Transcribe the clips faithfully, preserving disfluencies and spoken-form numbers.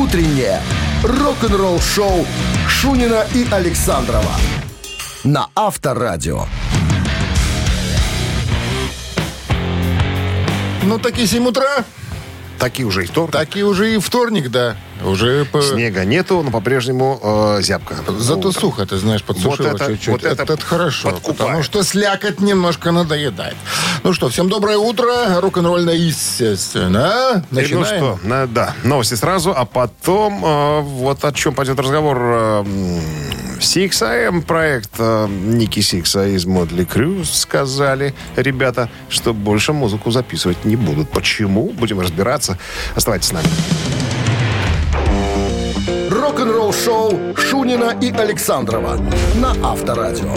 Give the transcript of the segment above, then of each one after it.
Утреннее рок-н-ролл-шоу Шунина и Александрова на Авторадио. Ну, таки семь утра. Такие уже и вторник. Такие уже и вторник, да. Уже по... Снега нету, но по-прежнему э, зябко. Зато сухо, ты знаешь, подсушило вот это, чуть-чуть. Вот это, это, это хорошо, подкупает. потому что слякоть немножко надоедает. Ну что, всем доброе утро. Рок-н-ролльно, естественно. Начинаем. Ну что, на, да, новости сразу, а потом э, вот о чем пойдет разговор. Э, сикс эй эм проект э, Ники Сикса из Motley Crue сказали ребята, что больше музыку записывать не будут. Почему? Будем разбираться. Оставайтесь с нами. Рок-н-ролл-шоу Шунина и Александрова на Авторадио.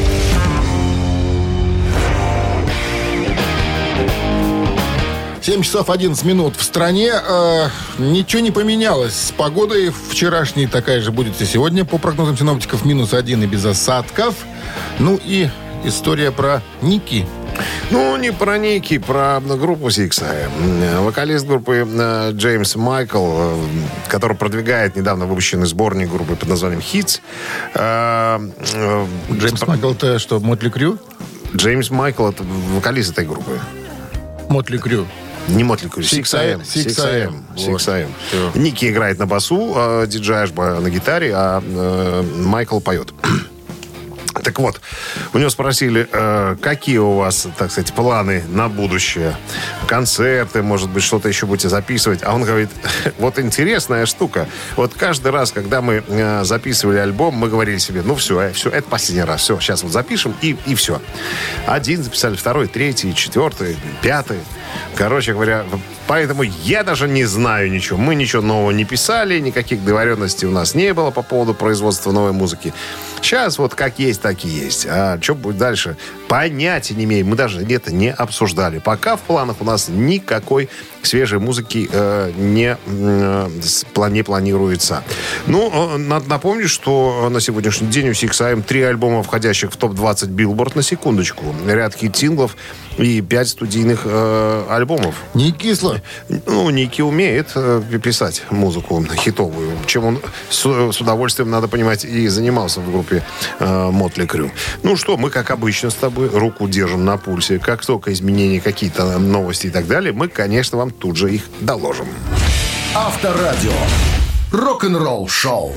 семь часов одиннадцать минут в стране. Э, ничего не поменялось. С погодой вчерашней такая же будет и сегодня. По прогнозам синоптиков, минус один и без осадков. Ну и история про Ники. Ну, не про Ники, про группу сикс эй эм. Вокалист группы э, Джеймс Майкл, э, который продвигает недавно выпущенный сборник группы под названием «Hits». Э, э, Джеймс спро... Майкл, это что, Мотли Крю? Джеймс Майкл — это вокалист этой группы. Мотли Крю. Не Мотли Крю, сикс эй эм. сикс эй эм. сикс эй эм. Ники играет на басу, э, диджей Ашба на гитаре, а э, Майкл поет. Так вот, у него спросили, э, какие у вас, так сказать, планы на будущее. Концерты, может быть, что-то еще будете записывать. А он говорит, вот интересная штука. Вот каждый раз, когда мы э, записывали альбом, мы говорили себе, ну все, э, все, это последний раз. Все, сейчас вот запишем и, и все. Один записали, второй, третий, четвертый, пятый. Короче говоря, поэтому я даже не знаю ничего. Мы ничего нового не писали, никаких договоренностей у нас не было по поводу производства новой музыки. Сейчас вот как есть, так и есть. А что будет дальше? Понятия не имеем. Мы даже это не обсуждали. Пока в планах у нас никакой свежей музыки э, не, э, не планируется. Ну, э, надо напомнить, что на сегодняшний день у сикс эй эм три альбома, входящих в топ двадцать Billboard, на секундочку. Ряд хит-синглов и пять студийных э, альбомов. Не кисло? Ну, Ники умеет э, писать музыку хитовую, чем он с, с удовольствием, надо понимать, и занимался в группе э, Motley Crue. Ну что, мы, как обычно, с тобой руку держим на пульсе. Как только изменения, какие-то новости и так далее, мы, конечно, вам тут же их доложим. Авторадио. Рок-н-ролл-шоу.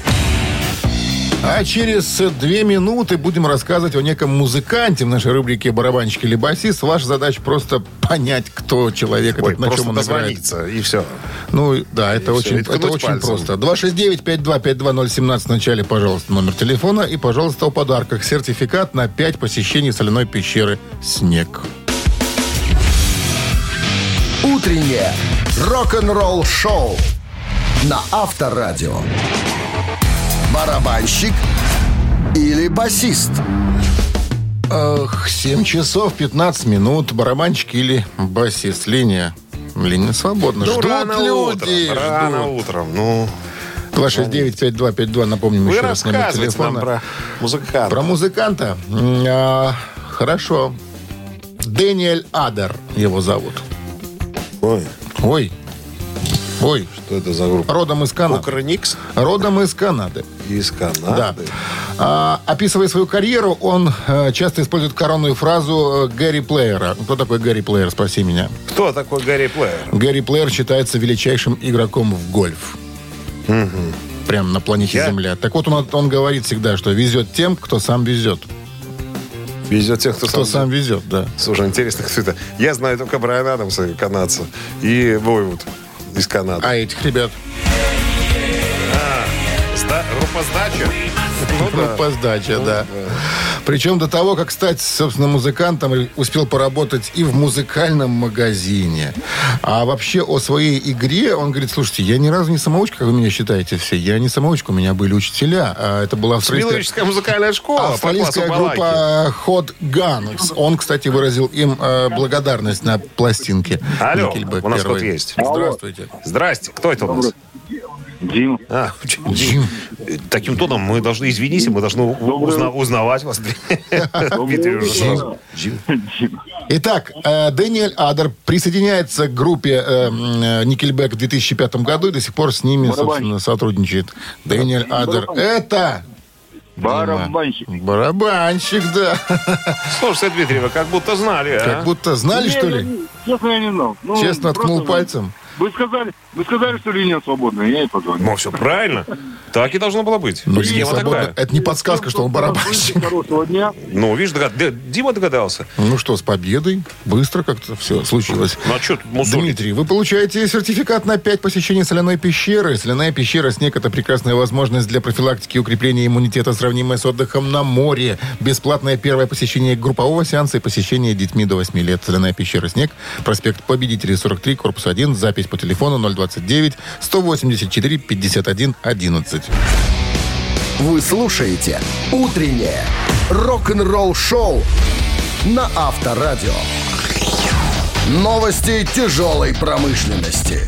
А через две минуты будем рассказывать о неком музыканте в нашей рубрике «Барабанщик или басист». Ваша задача просто понять, кто человек, Ой, этот, на чем он играет. И все. Ну, да, это и очень, все, это очень просто. два шесть девять пять два пять два ноль семнадцать в начале, пожалуйста, номер телефона. И, пожалуйста, о подарках. Сертификат на пять посещений соляной пещеры «Снег». Утреннее рок-н-ролл-шоу на Авторадио. Барабанщик или басист? Эх, семь часов пятнадцать минут. Барабанщик или басист? Линия. Линия свободна. Ну, ждут рано люди. Утром, рано ждут. утром. Ну, два шесть девять пять два пять два. Напомним вы еще раз номер рассказывайте нам телефона. про музыканта. Про музыканта? А, хорошо. Дэниэль Адер его зовут. Ой, Ой. Ой. что это за группа? Родом из Канады. Укрникс? Родом из Канады. Из Канады. Да. А, описывая свою карьеру, он а, часто использует коронную фразу Гэри Плеера. Кто такой Гэри Плеер, спроси меня. Кто такой Гэри Плеер? Гэри Плеер считается величайшим игроком в гольф. Угу. Прям на планете Я? Земля. Так вот, он, он говорит всегда, что везет тем, кто сам везет. Везет тех, кто, Кто сам... сам везет, да. Слушай, интересно, кто это? Я знаю только Брайана Адамса, канадца, и Войвуд из Канады. А этих ребят? Сда... Группа «Сдача»? Ну, да. Группа «Сдача», да. Причем до того, как стать, собственно, музыкантом, успел поработать и в музыкальном магазине. А вообще о своей игре он говорит, слушайте, я ни разу не самоучка, как вы меня считаете все. Я не самоучка, у меня были учителя. А это была австралийская, Смиловическая музыкальная школа. австралийская по классу группа Hot Guns. Он, кстати, выразил им э, благодарность на пластинке. Алло, Никельбэк у нас первый. кто-то есть. Здравствуйте. Здрасте, кто это у нас? Дим. А, Дим. Таким тоном мы должны, извините, мы должны узна- узнавать вас. Дмитрий уже сразу. Дим. Дим. Итак, э, Дэниэль Адер присоединяется к группе э, Nickelback в две тысячи пятом году и до сих пор с ними, Барабанщик. собственно, сотрудничает. Дэниэль Адер. Барабанщик. Это... Барабанщик. Барабанщик, да. Слушайте, Дмитрий, вы как будто знали, а? Как будто знали, Не, что я ли? не- Честно, я не знал. Ну, Честно ткнул просто- пальцем. Вы сказали, вы сказали, что линия свободная, я и позвонил. Ну, все правильно. Так и должно было быть. Ну, Схема свободно. такая. Это не подсказка, что он барабанщик. Хорошего дня. Ну, видишь, догад... Д- Дима догадался. Ну что, с победой. Быстро как-то все случилось. Ну, а что тут мусорить? Дмитрий, вы получаете сертификат на пять посещений соляной пещеры. Соляная пещера «Снег» — это прекрасная возможность для профилактики и укрепления иммунитета, сравнимая с отдыхом на море. Бесплатное первое посещение группового сеанса и посещение детьми до восьми лет. Соляная пещера «Снег», проспект Победителей, сорок три, корпус один, запись по телефону ноль двадцать девять сто восемьдесят четыре пятьдесят один одиннадцать. Вы слушаете «Утреннее рок-н-ролл-шоу» на Авторадио. Новости тяжелой промышленности.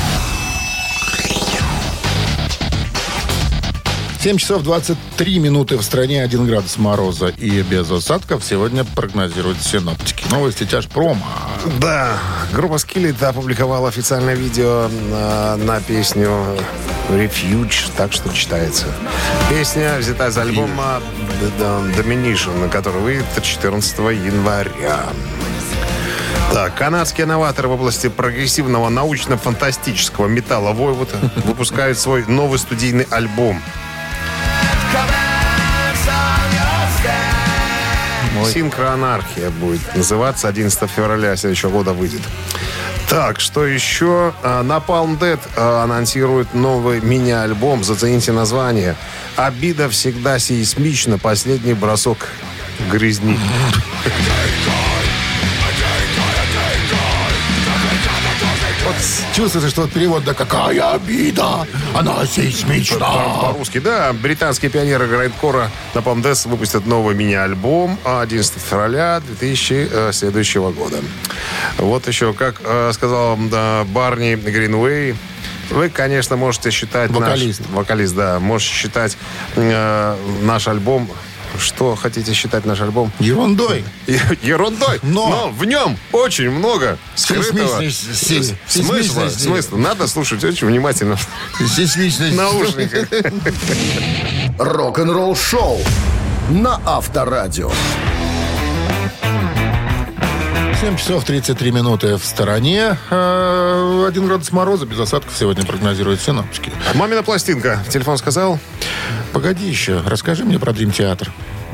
семь часов двадцать три минуты в стране, один градус мороза и без осадков сегодня прогнозируют синоптики. Новости тяжпрома. Да, группа Skillet опубликовала официальное видео на, на песню Refuge, так что читается. Песня взята из альбома Domination, который выйдет четырнадцатого января. Так, канадские новаторы в области прогрессивного научно-фантастического металла Voivod выпускают свой новый студийный альбом. Синхроанархия будет называться. одиннадцатого февраля следующего года выйдет. Так, что еще? Napalm Death анонсирует новый мини-альбом. Зацените название. «Обида всегда сейсмична. Последний бросок грязни». Вот чувствуется, что вот перевод, да какая обида, она сейсмична. По-русски, да. Британские пионеры грайндкора Napalm Death выпустят новый мини-альбом одиннадцатого февраля две тысячи следующего года. Вот еще, как э, сказал да, Барни Гринвей, вы, конечно, можете считать... Вокалист. Наш, вокалист, да. Можете считать э, наш альбом... Что хотите считать наш альбом? Ерундой. Ерундой. Но, Но в нем очень много скрытого Сейсмичности. смысла. Сейсмичности. Смысла. Надо слушать очень внимательно. Сейсмичность. Наушниках. Рок-н-ролл-шоу на Авторадио. семь часов тридцать три минуты в стороне. Э, Один градус мороза, без осадков сегодня прогнозируют синоптики. Мамина пластинка. Телефон сказал? Погоди еще, расскажи мне про Дрим Театр.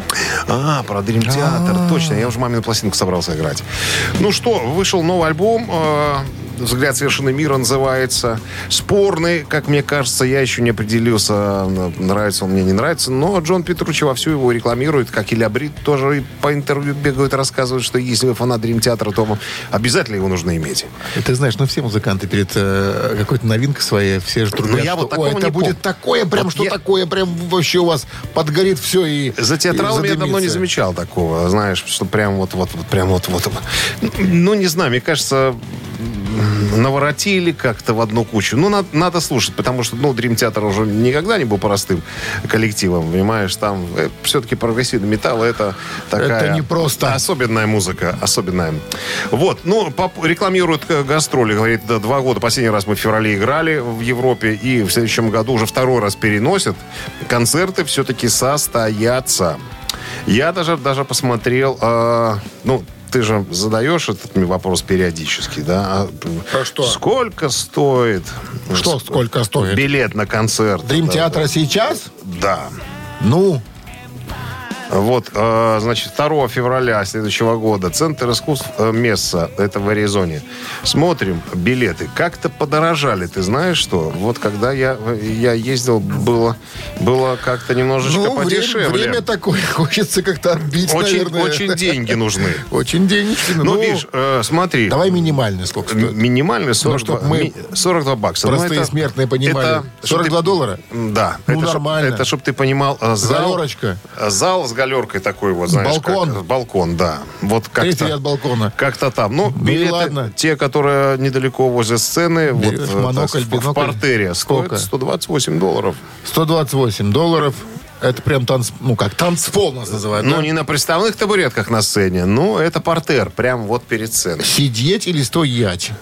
А, про Дрим Театр. Точно, я уже мамину пластинку собрался играть. Ну что, вышел новый альбом. э, «Взгляд с вершины мира» называется. Спорный, как мне кажется, я еще не определился, нравится он мне, не нравится. Но Джон Петруччи вовсю его рекламирует, как и Ля Брит тоже и по интервью бегают, рассказывают, что если вы фанат Дрим Театра, то обязательно его нужно иметь. И ты знаешь, ну все музыканты перед э, какой-то новинкой своей, все же трубят, я что, вот такого ой, это не будет помню. такое, прям Вот что я- такое, прям вообще у вас подгорит все и За театралами и я давно не задымится. замечал такого, знаешь, что прям вот, вот, вот, прям вот, вот. Ну, не знаю, мне кажется, наворотили как-то в одну кучу. Ну, надо, надо слушать, потому что, ну, Дрим Театр уже никогда не был простым коллективом, понимаешь, там э, все-таки прогрессивный металл, это такая... Это не просто. Особенная музыка, особенная. Вот, ну, поп- рекламируют э, гастроли, говорит, да, два года, последний раз мы в феврале играли в Европе, и в следующем году уже второй раз переносят. Концерты все-таки состоятся. Я даже, даже посмотрел, э, ну, ты же задаешь этот мне вопрос периодически, да? А, А что? Сколько стоит? Что Ск- сколько стоит? Билет на концерт. Дрим Да, Театра сейчас? Да. Ну, Вот, э, значит, второго февраля следующего года Центр искусств э, Месса, это в Аризоне. Смотрим билеты. Как-то подорожали, ты знаешь что? Вот когда я, я ездил, было, было как-то немножечко ну время, подешевле. время такое, хочется как-то отбить, Очень, наверное. очень деньги нужны. Очень денежки. Ну, видишь, э, смотри. давай минимальный сколько стоит. Минимальный сорок два, чтоб мы ми- сорок два бакса. Ну, простые это- смертные понимали. это, сорок два чтоб ты- доллара? Да. Ну, это чтоб- нормально. это чтобы ты понимал, э, зал, Галерочка. зал с галеркой такой вот, знаешь. Балкон. как- балкон, да. Вот Третий как-то, ряд балкона. как-то там. Ну, и билеты, ладно. те, которые недалеко возле сцены, вот, Берешь э, монокль, так, в- в бинокль. портере, Сколько? стоят сто двадцать восемь долларов. сто двадцать восемь долларов. Это прям танц, ну как, танцпол нас называют. Ну, да? не на приставных табуретках на сцене, но это партер, прям вот перед сценой. Сидеть или стоять?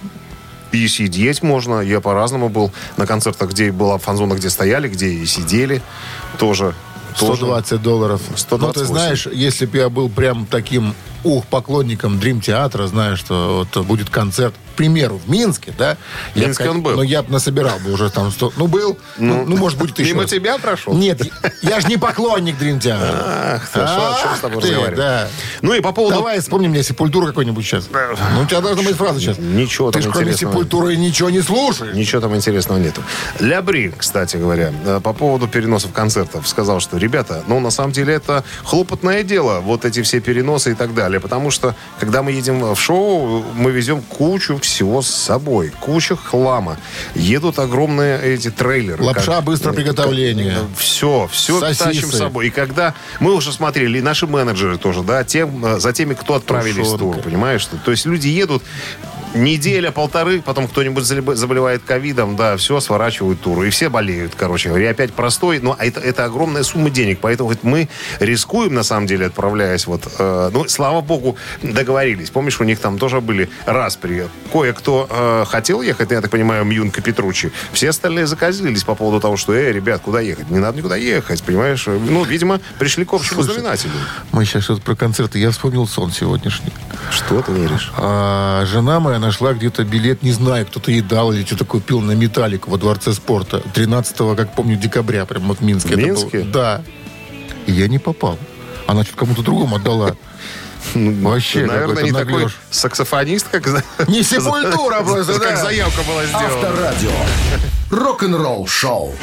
И сидеть можно. Я по-разному был на концертах, где была фан-зона, где стояли, где и сидели. Тоже. сто двадцать долларов. сто двадцать восемь. Ну, ты знаешь, если бы я был прям таким ух, поклонником Дрим Театра, знаешь, что вот будет концерт, к примеру, в Минске, да? В Минске он был. Но я бы насобирал бы уже там сто... Ну, был. Ну, ну, ну может, будет еще. Мимо тебя прошел? Нет, я же не поклонник Дрим Театра. Ах, хорошо, о чем с тобой разговаривать? Да. Ну и по поводу... Давай вспомни мне Сепультуру какой-нибудь сейчас. Ну, у тебя должна быть фраза сейчас. Ничего там Ты же кроме интересного. Сепультуры ничего не слушаешь. Ничего там интересного нету. Лябри, кстати говоря, по поводу переносов концертов, сказал, что, ребята, ну, на самом деле, это хлопотное дело, вот эти все переносы и так далее, потому что, когда мы едем в шоу, мы везем кучу всего с собой, кучу хлама. Едут огромные эти трейлеры. Лапша как, быстрого приготовления. Как, все, все Сосисы. тащим с собой. И когда мы уже смотрели, и наши менеджеры тоже, да, тем, за теми, кто отправились в тур, понимаешь? То есть люди едут, неделя, полторы, потом кто-нибудь заболевает ковидом, да, все, сворачивают тур. И все болеют, короче говоря. И опять простой. Но это, это огромная сумма денег. Поэтому вот, мы рискуем, на самом деле, отправляясь. Вот, э, ну, слава богу, договорились. Помнишь, у них там тоже были распри. Кое-кто э, хотел ехать, я так понимаю, Мьюнка Петруччи. Все остальные заказились по поводу того, что, эй, ребят, куда ехать? Не надо никуда ехать, понимаешь? Ну, видимо, пришли к общему знаменателю. Мы сейчас что-то про концерты. Я вспомнил сон сегодняшний. Что ты веришь? А, жена моя нашла где-то билет, не знаю, кто-то ей дал или что такое пил на «Металлику» во Дворце спорта. тринадцатого, как помню, декабря, прямо вот в Минске. В Минске? Это было. Да. И я не попал. Она что-то кому-то другому отдала. Вообще, наверное, не такой нагрёшь. саксофонист, как... Не Сепультура просто, как да. заявка была сделана. Авторадио. Рок-н-ролл шоу.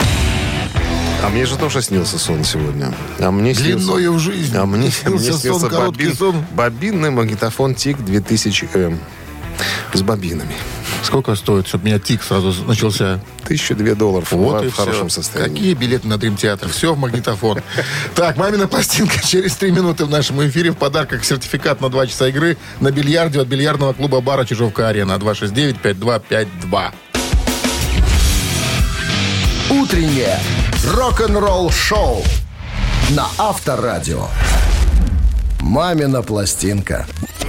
А мне же тоже снился сон сегодня. А мне Длиною снился... в жизнь. А мне, Снился мне сон, снился короткий бобин, сон. бобинный магнитофон ТИК две тысячи эм. С бобинами. Сколько стоит, чтобы у меня тик сразу начался? Тысяча две долларов. Вот в и хорошем все. состоянии. Какие билеты на Дрим Театр? Все в магнитофон. Так, «Мамина пластинка» через три минуты в нашем эфире. В подарках сертификат на два часа игры на бильярде от бильярдного клуба бара «Чижовка-Арена». два шесть девять пять два пять два. Утреннее рок-н-ролл шоу на Авторадио. «Мамина пластинка».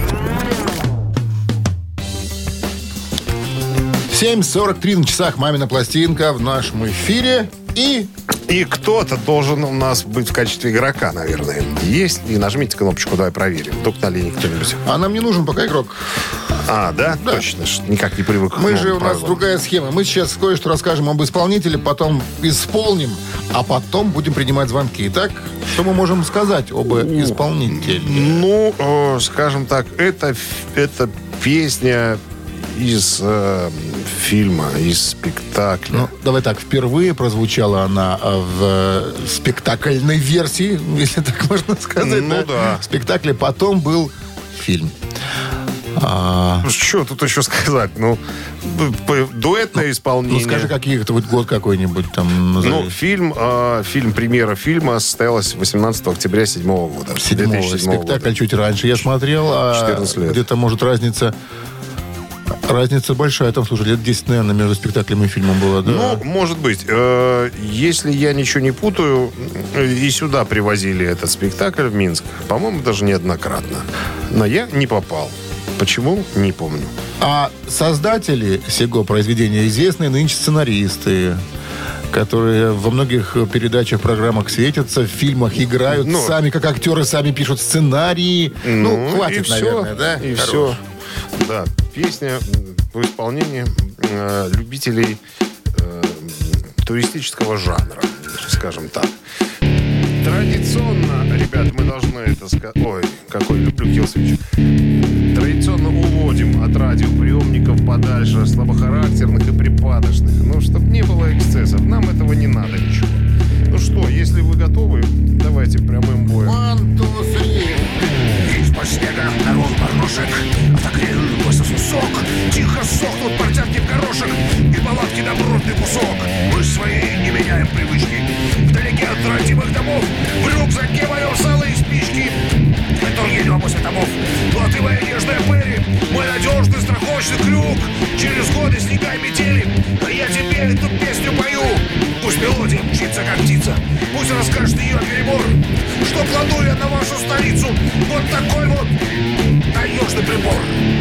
семь сорок три на часах «Мамина пластинка» в нашем эфире. И... И кто-то должен у нас быть в качестве игрока, наверное. Есть? И нажмите кнопочку, давай проверим. Вдруг на линии кто-нибудь. А нам не нужен пока игрок. А, да? Да. Точно. Никак не привык. к Мы новым же, у нас правилам. другая схема. Мы сейчас кое-что расскажем об исполнителе, потом исполним, а потом будем принимать звонки. Итак, что мы можем сказать об исполнителе? Ну, э, скажем так, это, это песня из э, фильма, из спектакля. Ну, давай так, впервые прозвучала она в э, спектакльной версии, если так можно сказать. Ну, да. В спектакле потом был фильм. А, Что тут еще сказать? Ну, п- п- дуэтное ну, исполнение. скажи, каких-то вот год какой-нибудь там назови. Ну, фильм, э, фильм, премьера фильма состоялась восемнадцатого октября седьмого года. Седьмого. две тысячи седьмого Спектакль года. чуть раньше я смотрел, а четырнадцать лет. где-то, может, разница... Разница большая, там, слушай, лет десять, наверное, между спектаклем и фильмом было, да? Ну, может быть. Э, если я ничего не путаю, и сюда привозили этот спектакль в Минск, по-моему, даже неоднократно. Но я не попал. Почему? Не помню. А создатели сего произведения известные нынче сценаристы, которые во многих передачах, программах светятся, в фильмах играют, Ну, сами, как актеры, сами пишут сценарии. Ну, хватит, и все, наверное, да? И Хорош. все. Да, песня в исполнении э, любителей э, туристического жанра, скажем так. Традиционно, ребят, мы должны это сказать... Ой, какой люблю Киллсвич. Традиционно уводим от радиоприемников подальше слабохарактерных и припадочных. Ну, чтобы не было эксцессов. Нам этого не надо ничего. Ну что, если вы готовы, давайте прямым боем. One, two, three. Из-под снега народ порошек, отогрел косо сок. Тихо сохнут портянки в горошек и палатки добротный кусок. Мы свои не меняем привычки. Вдалеке от родимых домов в рюкзаке моем сало и спички. Мы едем после домов. Ну а ты моя нежная Перри, мой надежный страховочный крюк. Через годы снега и метели, а я тебе эту песню пою. Пусть мелодия мчится, как птица. Пусть расскажет ее перебор, что кладу я на вашу столицу вот такой вот таежный прибор.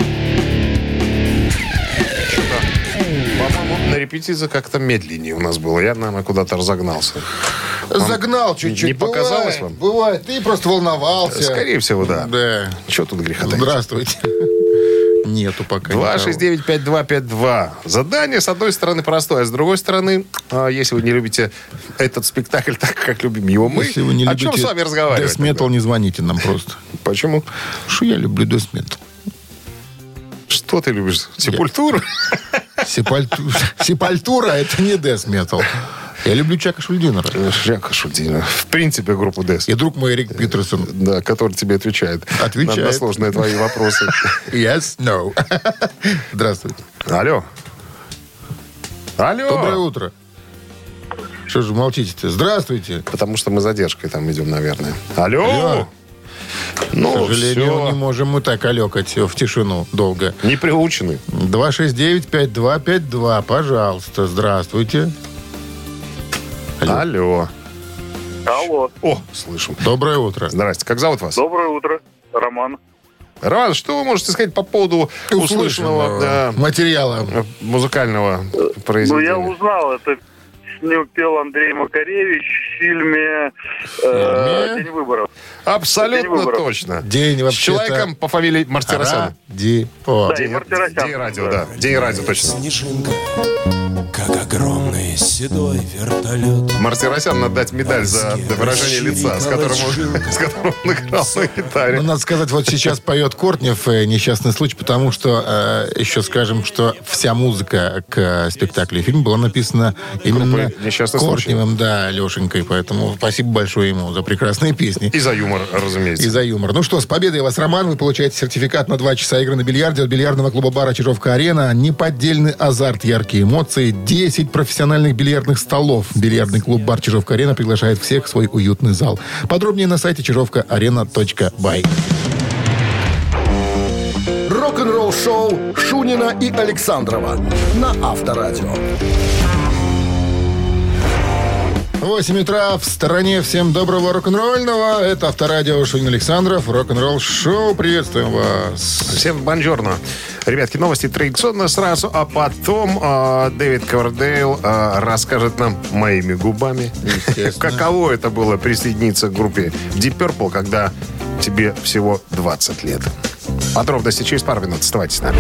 По-моему, на репетиции как-то медленнее у нас было. Я, наверное, куда-то разогнался. Вам Загнал чуть-чуть. Не показалось бывает, вам? Бывает. Ты просто волновался. Скорее всего, да. Да. Чего тут греха таить? Здравствуйте. Нету пока два никого. шесть девять пять два пять два. Задание, с одной стороны, простое, а с другой стороны, а, если вы не любите этот спектакль так, как любим его мы, Если вы не о любите чем с вами разговаривать? Death Metal, тогда? не звоните нам просто. Почему? Что я люблю Death Metal. Что ты любишь? Сепультуру? Сепальту- Сепальтура — это не Death Metal. Я люблю Чака Шульдинера. Жака Шульдина. В принципе, группу Дэс. И друг мой Эрик Питерсон. Да, который тебе отвечает. Отвечает. На, на сложные твои вопросы. Yes, no. Здравствуйте. Алло. Алло. Доброе утро. Что же молчите-то? Здравствуйте. Потому что мы с задержкой там идем, наверное. Алло. Алло. Ну, К сожалению, все. не можем мы так алекать в тишину долго. Не приучены. два шесть девять пять два пять два. Пожалуйста. Здравствуйте. Алло. Алло. О, слышу. Доброе утро. Здрасте. Как зовут вас? Доброе утро. Роман. Роман, что вы можете сказать по поводу услышанного да, материала. музыкального Ну, произведения? я узнал, это песню пел Андрей Макаревич в фильме э, «День выборов». День Абсолютно выборов. точно. День С вообще-то... человеком по фамилии Мартиросян. Ради... О. Да, и День, Мартиросян. День радио, да. День радио, точно. Снежинка, как огромный седой вертолет. Мартиросян надо дать медаль за выражение лица, с которым он, с которым он играл на гитаре. Ну, надо сказать, вот сейчас поет Кортнев э, «Несчастный случай», потому что э, еще скажем, что вся музыка к э, спектаклю и фильму была написана именно Группой «Несчастный случай». Кортневым, да, Лешенькой. Поэтому спасибо большое ему за прекрасные песни. И за юмор, разумеется. И за юмор. Ну что, с победой вас, Роман. Вы получаете сертификат на два часа игры на бильярде от бильярдного клуба-бара «Чижовка-арена». Неподдельный азарт, яркие эмоции, десять профессиональных бильярдных столов. Бильярдный клуб-бар «Чижовка-арена» приглашает всех в свой уютный зал. Подробнее на сайте чижовка арена точка бай. Рок-н-ролл шоу Шунина и Александрова на Авторадио. восемь утра в стороне. Всем доброго рок-н-ролльного. Это Авторадио Шунин Александров. Рок-н-ролл шоу. Приветствуем вас. Всем бонжорно. Ребятки, новости традиционно сразу, а потом э, Дэвид Ковердейл э, расскажет нам моими губами, каково это было присоединиться к группе Deep Purple, когда тебе всего двадцать лет. Подробности через пару минут. Оставайтесь с нами.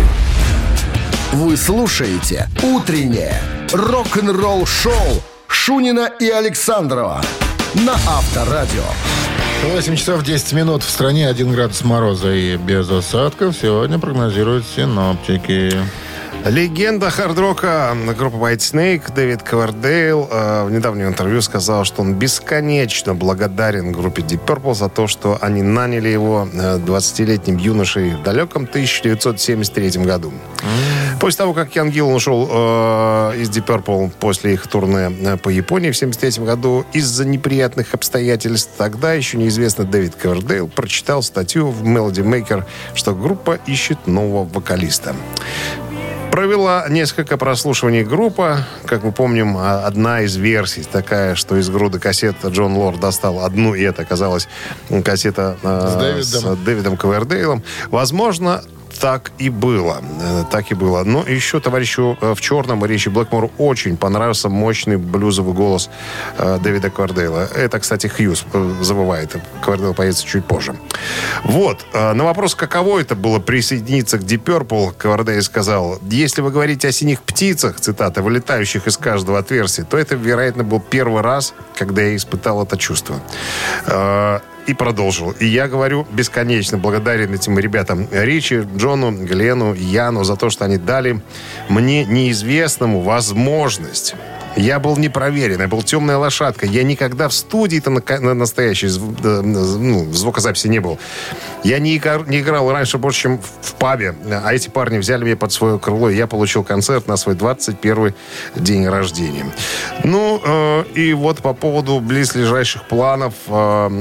Вы слушаете «Утреннее рок-н-ролл-шоу» Шунина и Александрова на Авторадио. восемь часов десять минут. В стране один градус мороза и без осадков. Сегодня прогнозируют синоптики. Легенда хард-рока группы White Snake Дэвид Ковердейл э, в недавнем интервью сказал, что он бесконечно благодарен группе Deep Purple за то, что они наняли его э, двадцатилетним юношей в далеком тысяча девятьсот семьдесят третьем году. Mm. После того, как Ян Гиллан ушел э, из Deep Purple после их турне э, по Японии в семьдесят третьем году из-за неприятных обстоятельств, тогда еще неизвестный Дэвид Ковердейл прочитал статью в Melody Maker, что группа ищет нового вокалиста. Провела несколько прослушиваний группа. Как мы помним, одна из версий такая, что из груды кассет Джон Лорд достал одну, и это оказалась кассета э, с, Дэвидом. с Дэвидом Ковердейлом. Возможно, так и было. Так и было. Но еще товарищу в черном Ричи Блэкмору очень понравился мощный блюзовый голос Дэвида Ковердейла. Это, кстати, Хьюз забывает. Ковердейл появится чуть позже. Вот. На вопрос, каково это было присоединиться к Deep Purple, Ковердейл сказал: если вы говорите о синих птицах, цитата, вылетающих из каждого отверстия, то это, вероятно, был первый раз, когда я испытал это чувство. И продолжил. И я говорю бесконечно благодарен этим ребятам, Ричи, Джону, Глену, Яну, за то, что они дали мне неизвестному возможность. Я был непроверен, я был темная лошадка. Я никогда в студии-то на, на настоящей ну, в звукозаписи не был. Я не играл, не играл раньше больше, чем в пабе. А эти парни взяли меня под свое крыло, и я получил концерт на свой двадцать первый день рождения. Ну, э, и вот по поводу близлежащих планов э, Дэвид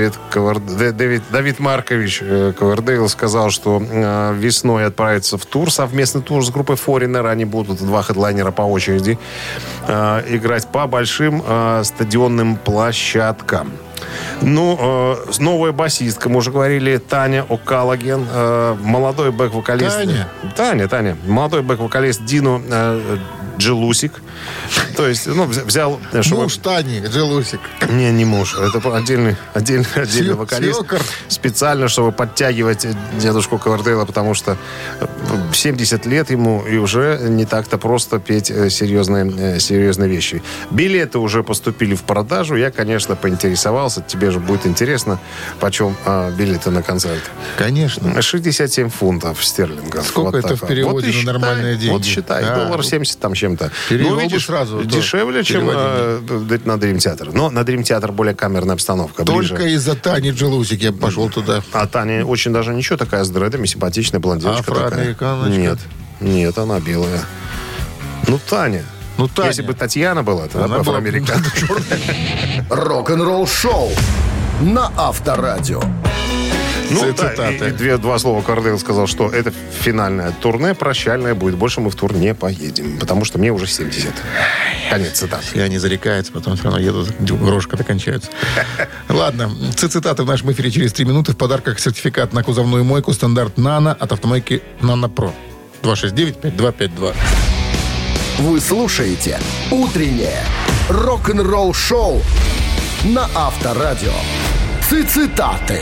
Дэвид, Ковар... Дэвид... Давид Маркович Ковердейл сказал, что весной отправится в тур, совместный тур с группой Foreigner. Они будут, два хедлайнера по очереди, играть по большим стадионным площадкам. Ну, э, новая басистка, мы уже говорили, Таня О'Каллаген, э, молодой бэк-вокалист. Таня? Таня, Таня. Молодой бэк-вокалист Дино э, Джелусик. То есть, ну, взял... Чтобы... Муж Тани, Джелусик. Не, не муж. Это отдельный, отдельный, отдельный Сё- вокалист. сёкор. Специально, чтобы подтягивать дедушку Ковердейла, потому что семьдесят лет ему, и уже не так-то просто петь серьезные, серьезные вещи. Билеты уже поступили в продажу. Я, конечно, поинтересовался. Тебе же будет интересно, почем а, билеты на концерт. Конечно. шестьдесят семь фунтов стерлингов. Сколько Вот это так. в переводе Вот и на считай, нормальные деньги? Вот считай, А, доллар ну, семьдесят там чем-то. перевел Ну, бы видишь, сразу, то дешевле, чем переводили. э, на Дрим Театр. Но на Дрим Театр более камерная обстановка. Только ближе. из-за Тани Джелусик я пошел туда. А Таня очень даже ничего, такая с дредами, симпатичная блондиночка такая. Афроамериканочка? Нет, нет, она белая. Ну, Таня. Ну, Таня. Если бы Татьяна была, то она Она была- афроамериканка. Рок-н-ролл шоу на Авторадио. Ну, да, Цитаты. и, и две, два слова Ковердейл сказал, что это финальное турне, прощальное будет. Больше мы в тур не поедем, потому что мне уже семьдесят. Конец цитаты. И они зарекаются, потом все равно едут, грошка докончаются. Ладно, цитаты в нашем эфире через три минуты. В подарках сертификат на кузовную мойку стандарт «Нано» от автомойки «Нано Про». два шесть девять пять два пять два. Вы слушаете «Утреннее рок-н-ролл-шоу» на Авторадио. Цитаты.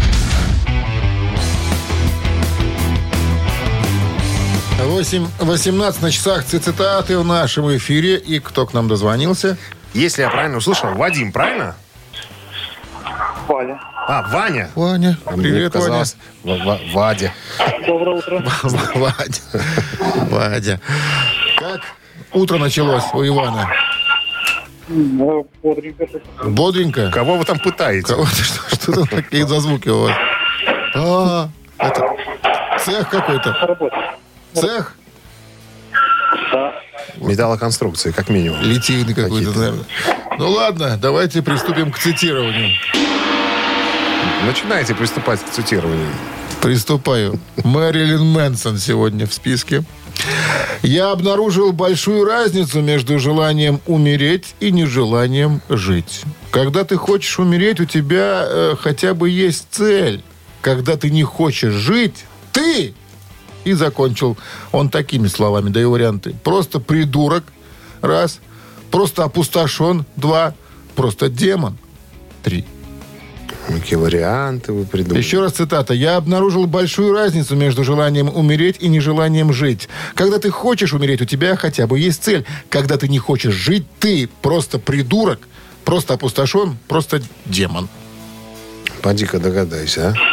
восемь восемнадцать на часах. Цитаты в нашем эфире. И кто к нам дозвонился? Если я правильно услышал, Вадим, правильно? Валя. А, Ваня. Ваня. Мне Привет, Ваня. казалось, В- В- Вадя. Доброе утро. Вадя. Вадя. Как утро началось у Ивана? Ну, бодренько. Бодренько? Кого вы там пытаете? Кого ты, что, что там такие за звуки у вас? А, это цех какой-то. Работа. Цех? Да. Металлоконструкции, как минимум. Литейный какой-то, Какие-то. наверное. Ну ладно, давайте приступим к цитированию. Начинайте приступать к цитированию. Приступаю. Мэрилин Мэнсон сегодня в списке. Я обнаружил большую разницу между желанием умереть и нежеланием жить. Когда ты хочешь умереть, у тебя э, хотя бы есть цель. Когда ты не хочешь жить, ты... И закончил он такими словами, даю варианты. Просто придурок, раз. Просто опустошен, два. Просто демон, три. Какие варианты вы придумали? Еще раз цитата. «Я обнаружил большую разницу между желанием умереть и нежеланием жить. Когда ты хочешь умереть, у тебя хотя бы есть цель. Когда ты не хочешь жить, ты просто придурок, просто опустошен, просто демон». Поди-ка догадайся, а?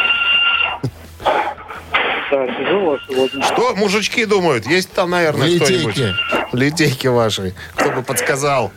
Да, тяжело сегодня. Что мужички думают? Есть там, наверное, Литейки. кто-нибудь? Литейки ваши. Кто бы подсказал?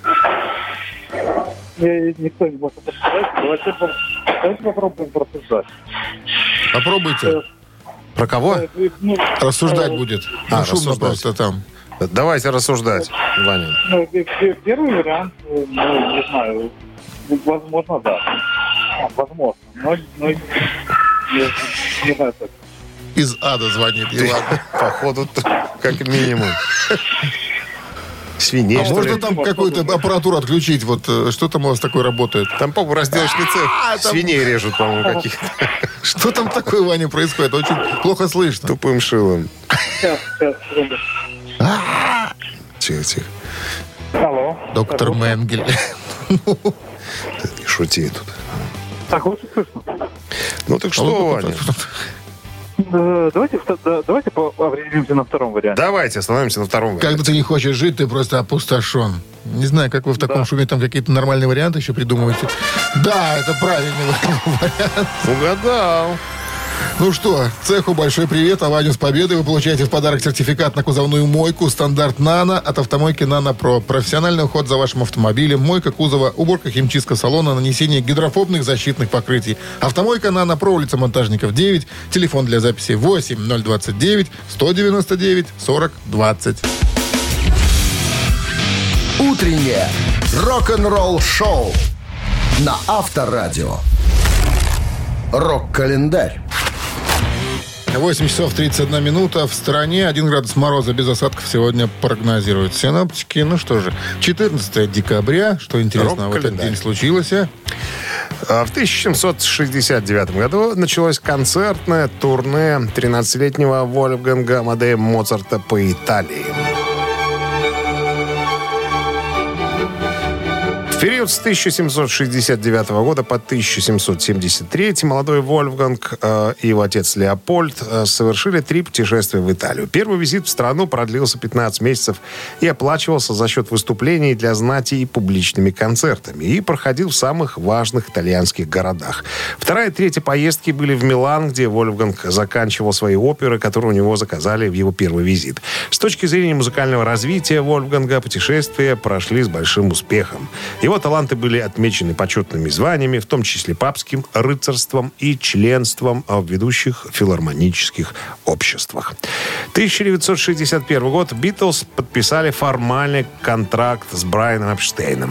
Я, никто не может подсказать. Давайте, поп- давайте попробуем просуждать. Попробуйте. Про кого? Ну, Рассуждать будет. А, Ну, шумно рассуждать. просто там. Давайте рассуждать, Ваня. ну, пе- пе- первый вариант, э, ну, не знаю, ну, возможно, да. А, возможно. Но, но не, не знаю, как. Из ада звонит. Иван. Походу, т- как минимум. Свиней, А что можно ли? там какую-то аппаратуру отключить? Вот э, что там у вас такое работает? Там, по-моему, разделочный цех. там- Свиней режут, по-моему, каких-то. Что там такое, Ваня, происходит? Очень плохо слышно. Тупым шилом. Сейчас, сейчас, секунду. Тихо, тихо. Алло. Доктор Менгель. Не шути тут. Так, лучше слышно. Ну так что, Ваня? Э, Давайте, да, давайте определимся на втором варианте. Давайте остановимся на втором варианте. Когда ты не хочешь жить, ты просто опустошен. Не знаю, как вы в таком Да. шуме там какие-то нормальные варианты еще придумываете. Да, это правильный вариант. Угадал. Ну что, цеху большой привет, а Ваню с победой. Вы получаете в подарок сертификат на кузовную мойку стандарт «Нано» от автомойки «Нано Про». Профессиональный уход за вашим автомобилем, мойка кузова, уборка, химчистка салона, нанесение гидрофобных защитных покрытий. Автомойка «Нано Про», улица Монтажников, девять. Телефон для записи восемь ноль двадцать девять сто девяносто девять сорок двадцать. Утреннее рок-н-ролл-шоу на Авторадио. Рок-календарь. восемь часов тридцать одна минута. В стране один градус мороза без осадков сегодня прогнозируют синоптики. Ну что же, четырнадцатое декабря. Что интересного в этот день случилось? А? В тысяча семьсот шестьдесят девятом году началось концертное турне тринадцатилетнего Вольфганга Амадея Моцарта по Италии. В период с тысяча семьсот шестьдесят девятого года по тысяча семьсот семьдесят третий молодой Вольфганг э, и его отец Леопольд э, совершили три путешествия в Италию. Первый визит в страну продлился пятнадцать месяцев и оплачивался за счет выступлений для знати и публичными концертами. И проходил в самых важных итальянских городах. Вторая и третья поездки были в Милан, где Вольфганг заканчивал свои оперы, которые у него заказали в его первый визит. С точки зрения музыкального развития Вольфганга путешествия прошли с большим успехом. Его таланты были отмечены почетными званиями, в том числе папским, рыцарством и членством в ведущих филармонических обществах. тысяча девятьсот шестьдесят первый год. Битлз подписали формальный контракт с Брайаном Эпштейном.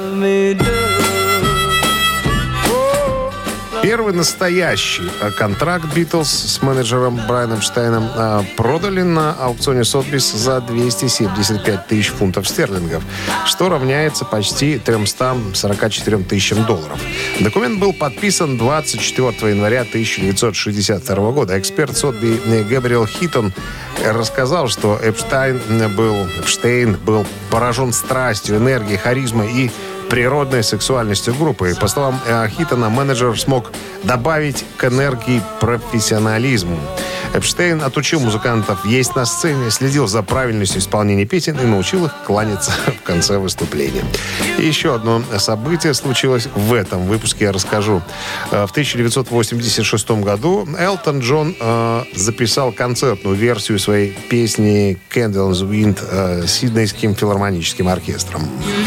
Первый настоящий контракт Битлз с менеджером Брайаном Эпштейном продали на аукционе Сотбис за двести семьдесят пять тысяч фунтов стерлингов, что равняется почти триста сорок четыре тысячам долларов. Документ был подписан двадцать четвёртого января тысяча девятьсот шестьдесят второго года. Эксперт Сотби Габриэл Хиттон рассказал, что Эпштейн был, Эпштейн был поражен страстью, энергией, харизмой и природной сексуальностью группы. По словам Хиттона, менеджер смог добавить к энергии профессионализм. Эпштейн отучил музыкантов есть на сцене, следил за правильностью исполнения песен и научил их кланяться в конце выступления. И еще одно событие случилось в этом выпуске, я расскажу. В тысяча девятьсот восемьдесят шестом году Элтон Джон э, записал концертную версию своей песни «Candle in the Wind» э, Сиднейским филармоническим оркестром.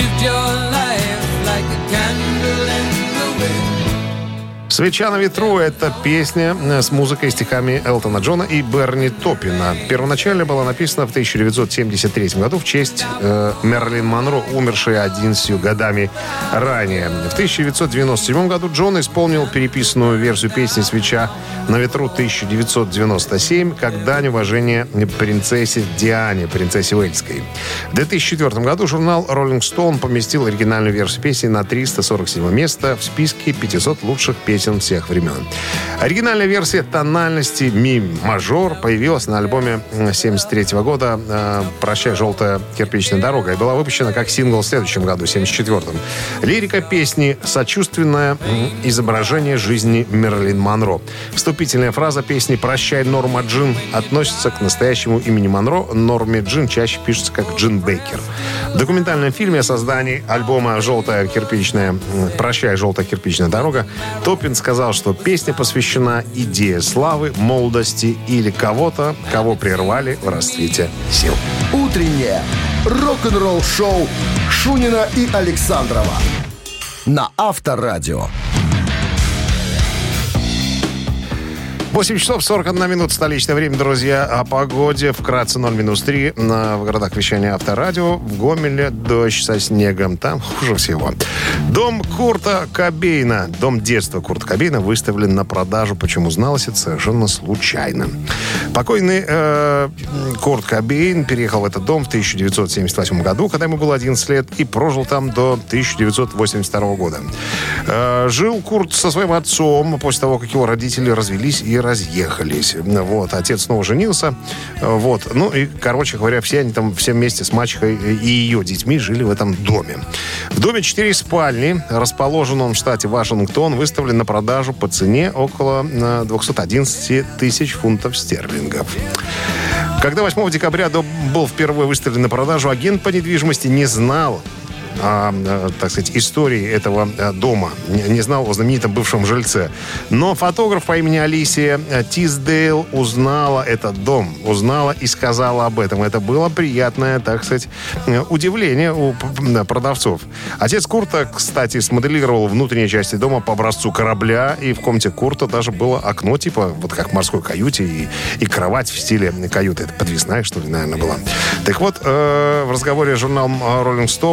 «Свеча на ветру» — это песня с музыкой и стихами Элтона Джона и Берни Топпина. Первоначально была написана в тысяча девятьсот семьдесят третьем году в честь э, Мэрилин Монро, умершей одиннадцатью годами ранее. В тысяча девятьсот девяносто седьмом году Джон исполнил переписанную версию песни «Свеча на ветру» тысяча девятьсот девяносто семь как дань уважения принцессе Диане, принцессе Уэльской. В две тысячи четвёртом году журнал Rolling Stone поместил оригинальную версию песни на триста сорок седьмое место в списке пятисот лучших песен всех времен. Оригинальная версия тональности ми-мажор появилась на альбоме семьдесят третьего года «Прощай, желтая кирпичная дорога» и была выпущена как сингл в следующем году, семьдесят четвёртом. Лирика песни — сочувственное изображение жизни Мэрилин Монро. Вступительная фраза песни «Прощай, Норма Джин» относится к настоящему имени Монро. Норме Джин чаще пишется как Джин Бейкер. В документальном фильме о создании альбома «Желтая кирпичная, «Прощай, желтая кирпичная дорога» Топпин сказал, что песня посвящена идее славы, молодости или кого-то, кого прервали в расцвете сил. Утреннее рок-н-ролл-шоу Шунина и Александрова на Авторадио. восемь часов сорок одна минута столичное время, друзья. О погоде вкратце ноль минус три на, в городах вещания Авторадио. В Гомеле дождь со снегом. Там хуже всего. Дом Курта Кобейна, дом детства Курта Кобейна выставлен на продажу. Почему узналось это совершенно случайно. Покойный э, Курт Кобейн переехал в этот дом в тысяча девятьсот семьдесят восьмом году, когда ему было одиннадцать лет, и прожил там до тысяча девятьсот восемьдесят второго года. Э, жил Курт со своим отцом после того, как его родители развелись и разъехались. Вот. Отец снова женился. Вот. Ну и, короче говоря, все они там все вместе с мачехой и ее детьми жили в этом доме. В доме четыре спальни, расположен он в штате Вашингтон, выставлен на продажу по цене около двести одиннадцать тысяч фунтов стерлингов. Когда восьмого декабря дом был впервые выставлен на продажу, агент по недвижимости не знал О, так сказать, истории этого дома. Не знал о знаменитом бывшем жильце. Но фотограф по имени Алисия Тиздейл узнала этот дом. Узнала и сказала об этом. Это было приятное, так сказать, удивление у продавцов. Отец Курта, кстати, смоделировал внутренние части дома по образцу корабля. И в комнате Курта даже было окно, типа, вот как в морской каюте. И, и кровать в стиле каюты. Это подвесная, что ли, наверное, была. Так вот, э, в разговоре с журналом Rolling Stone э,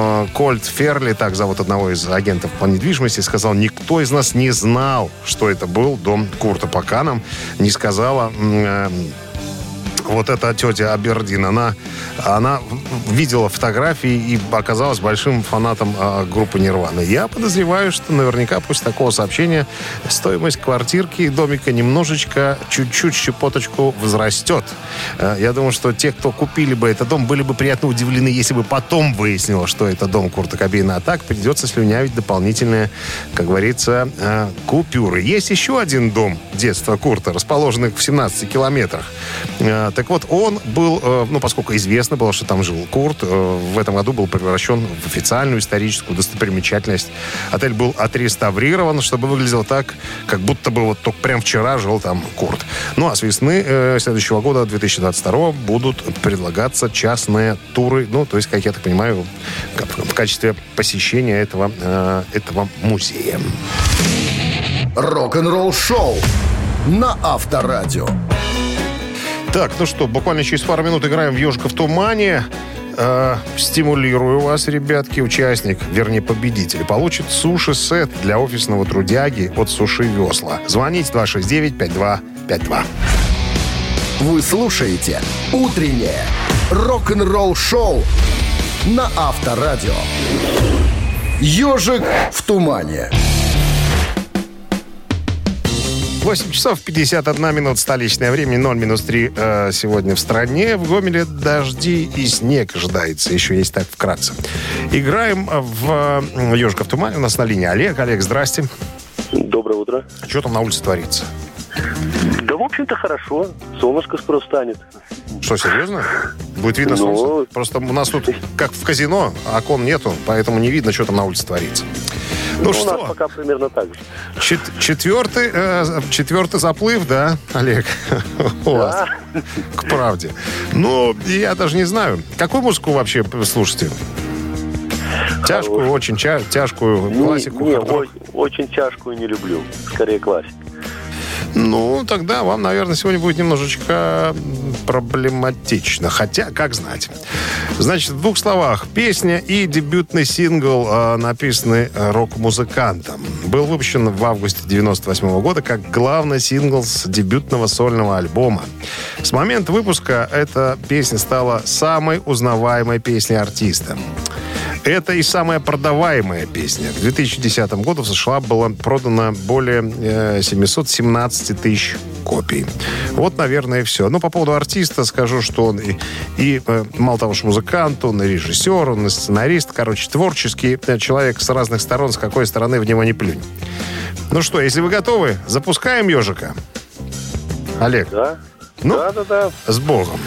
э, Кольт Ферли, так зовут одного из агентов по недвижимости, сказал, никто из нас не знал, что это был дом Курта, пока нам не сказала... Э, вот эта тетя Абердин, она, она видела фотографии и оказалась большим фанатом э, группы Нирвана. Я подозреваю, что наверняка после такого сообщения стоимость квартирки и домика немножечко, чуть-чуть, щепоточку возрастет. Э, я думаю, что те, кто купили бы этот дом, были бы приятно удивлены, если бы потом выяснилось, что это дом Курта Кобейна. А так придется слюнявить дополнительные, как говорится, э, купюры. Есть еще один дом детства Курта, расположенный в семнадцати километрах. Э, Так вот, он был, ну, поскольку известно было, что там жил Курт, в этом году был превращен в официальную историческую достопримечательность. Отель был отреставрирован, чтобы выглядело так, как будто бы вот только прям вчера жил там Курт. Ну, а с весны э, следующего года, две тысячи двадцать второго, будут предлагаться частные туры, ну, то есть, как я так понимаю, в качестве посещения этого, э, этого музея. Рок-н-ролл шоу на Авторадио. Так, ну что, буквально через пару минут играем в «Ежика в тумане». Э, стимулирую вас, ребятки. Участник, вернее, победитель, получит суши-сет для офисного трудяги от «Суши Весла». Звоните два шесть девять пять два пять два. Вы слушаете «Утреннее рок-н-ролл шоу» на Авторадио. «Ежик в тумане». восемь часов пятьдесят одна минута столичное время, ноль минус три э, сегодня в стране. В Гомеле дожди и снег ожидается, еще есть так вкратце. Играем в э, «Ежика в тумане». У нас на линии Олег. Олег, здрасте. Доброе утро. Что там на улице творится? Да, в общем-то, хорошо. Солнышко скоро встанет. Что, серьезно? Будет видно Ну, солнце? Просто у нас тут, как в казино, окон нету, поэтому не видно, что там на улице творится. Ну, Ну, что? у нас пока примерно так же. Чет- четвертый, э, четвертый заплыв, да, Олег? У вас. К правде. Ну, я даже не знаю. Какую музыку вообще слушаете? Тяжкую, очень ча- тяжкую, классику? Не, не, хард-рок? о- очень тяжкую не люблю. Скорее классик. Ну, тогда вам, наверное, сегодня будет немножечко проблематично. Хотя, как знать. Значит, в двух словах. Песня и дебютный сингл, э, написанный рок-музыкантом, был выпущен в августе девяносто восьмого года как главный сингл с дебютного сольного альбома. С момента выпуска эта песня стала самой узнаваемой песней артиста. Это и самая продаваемая песня. К две тысячи десятому году в США было продано более э, семьсот семнадцать тысяч копий. Вот, наверное, и все. Ну, по поводу артиста скажу, что он и, и э, мало того, что музыкант, он и режиссер, он и сценарист. Короче, творческий человек с разных сторон, с какой стороны в него не плюнь. Ну что, если вы готовы, запускаем «Ежика». Олег? Да? Ну, да, да, да. С Богом.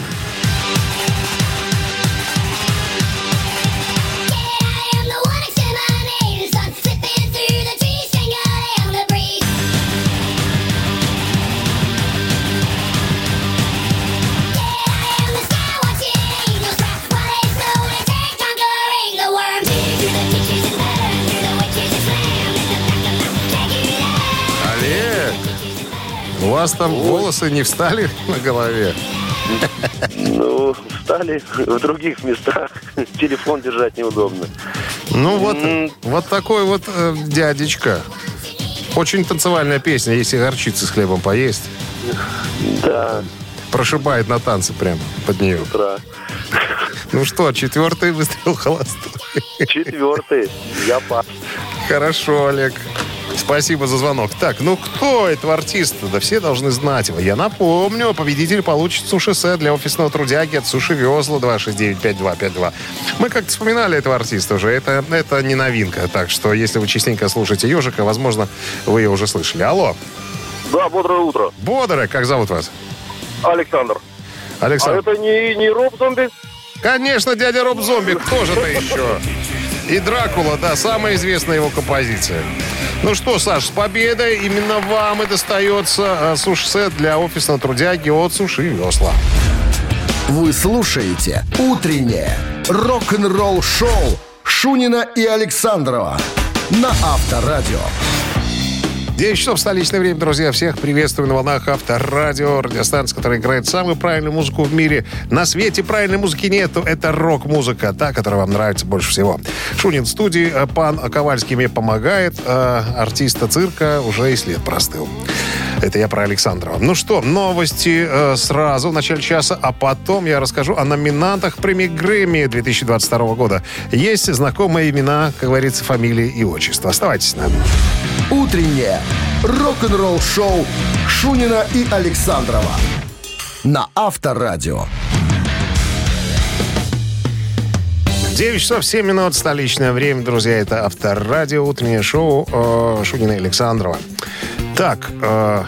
У вас там Ой. волосы не встали на голове? Ну, встали в других местах. Телефон держать неудобно. Ну, вот, mm. вот такой вот э, дядечка. Очень танцевальная песня, если горчицы с хлебом поесть. Да. Прошибает на танцы прямо под нее. С утра. Ну что, четвертый выстрел холостой? Четвертый. Я пас. Хорошо, Олег. Спасибо за звонок. Так, ну кто этого артиста? Да все должны знать его. Я напомню, победитель получит суши-сет для офисного трудяги от «Суши Весла» два шесть девять пять два пять два. Мы как-то вспоминали этого артиста уже. Это, это не новинка. Так что, если вы частенько слушаете «Ежика», возможно, вы ее уже слышали. Алло. Да, бодрое утро. Бодрое. Как зовут вас? Александр. Александр. А это не, не Роб Зомби? Конечно, дядя Роб Зомби. Кто же ты еще? И «Дракула», да, самая известная его композиция. Ну что, Саш, с победой. Именно вам и достается суши-сет для офисного трудяги от «Суши Весла». Вы слушаете «Утреннее рок-н-ролл-шоу» Шунина и Александрова на Авторадио. девять часов столичное время, друзья. Всех приветствую на волнах Авторадио. Радиостанция, которая играет самую правильную музыку в мире. На свете правильной музыки нету. Это рок-музыка, та, которая вам нравится больше всего. Шунин в студии. Пан Ковальский мне помогает. А артиста цирка уже и след простыл. Это я про Александрова. Ну что, новости э, сразу в начале часа, а потом я расскажу о номинантах премии Грэмми две тысячи двадцать второго года. Есть знакомые имена, как говорится, фамилии и отчества. Оставайтесь с нами. Утреннее рок-н-ролл-шоу Шунина и Александрова на Авторадио. девять часов семь минут, столичное время, друзья. Это Авторадио, утреннее шоу э, Шунина и Александрова. Так, э,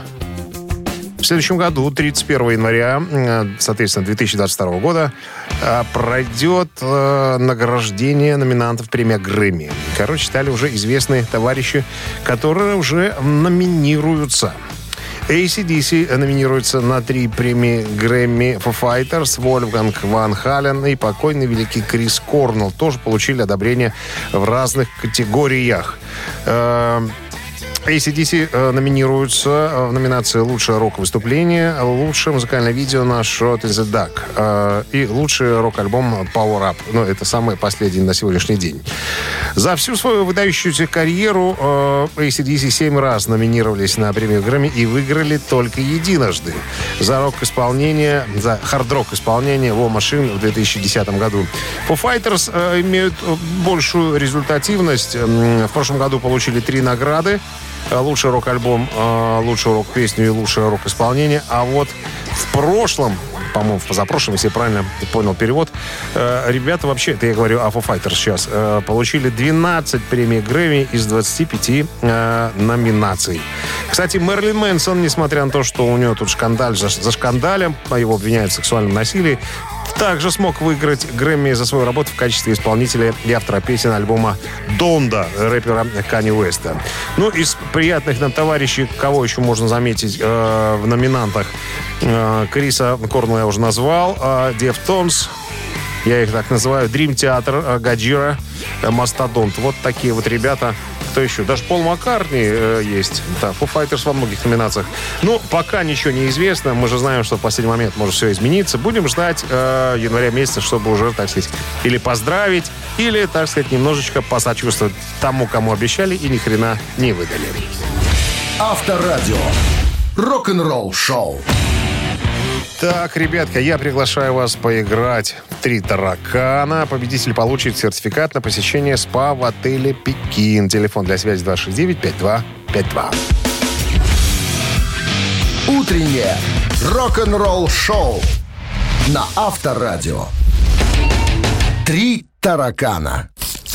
в следующем году, тридцать первого января, э, соответственно, две тысячи двадцать второго года, э, пройдет э, награждение номинантов премии Грэмми. Короче, стали уже известные товарищи, которые уже номинируются. эй си ди си номинируется на три премии Грэмми. Foo Fighters, Вольфганг Ван Хален и покойный великий Крис Корнелл тоже получили одобрение в разных категориях. Э, эй си ди си э, номинируются в номинации «Лучшее рок-выступление», «Лучшее музыкальное видео» на «Shot in the Dark» э, и «Лучший рок-альбом» «Power Up». Ну, это самый последний на сегодняшний день. За всю свою выдающуюся карьеру э, эй си ди си семь раз номинировались на премию Грэмми и выиграли только единожды. За рок-исполнение, за хард-рок-исполнение «War Machine» в две тысячи десятом году. Foo Fighters э, имеют большую результативность. В прошлом году получили три награды. Лучший рок-альбом, лучшую рок-песню и лучшее рок-исполнение. А вот в прошлом, по-моему, в позапрошлом, если я правильно понял перевод, ребята вообще, это я говорю о Foo Fighters сейчас, получили двенадцать премий Грэмми из двадцати пяти номинаций. Кстати, Мэрилин Мэнсон, несмотря на то, что у него тут шкандаль за, за шкандалем, его обвиняют в сексуальном насилии, также смог выиграть Грэмми за свою работу в качестве исполнителя и автора песен альбома «Донда» рэпера Канье Уэста. Ну, из приятных нам товарищей, кого еще можно заметить э, в номинантах? Э, Криса Корнелла я уже назвал, э, Deftones, я их так называю, Dream Theater, Гаджира, Мастодонт. Вот такие вот ребята. Кто еще? Даже Пол Маккартни э, есть. Да, Foo Fighters во многих номинациях. Ну, пока ничего не известно. Мы же знаем, что в последний момент может все измениться. Будем ждать э, января месяца, чтобы уже, так сказать, или поздравить, или, так сказать, немножечко посочувствовать тому, кому обещали и ни хрена не выдали. Авторадио. Рок-н-ролл шоу. Так, ребятка, я приглашаю вас поиграть в «Три таракана». Победитель получит сертификат на посещение СПА в отеле «Пекин». Телефон для связи два шесть девять пять два пять два. Утреннее рок-н-ролл шоу на Авторадио. «Три таракана».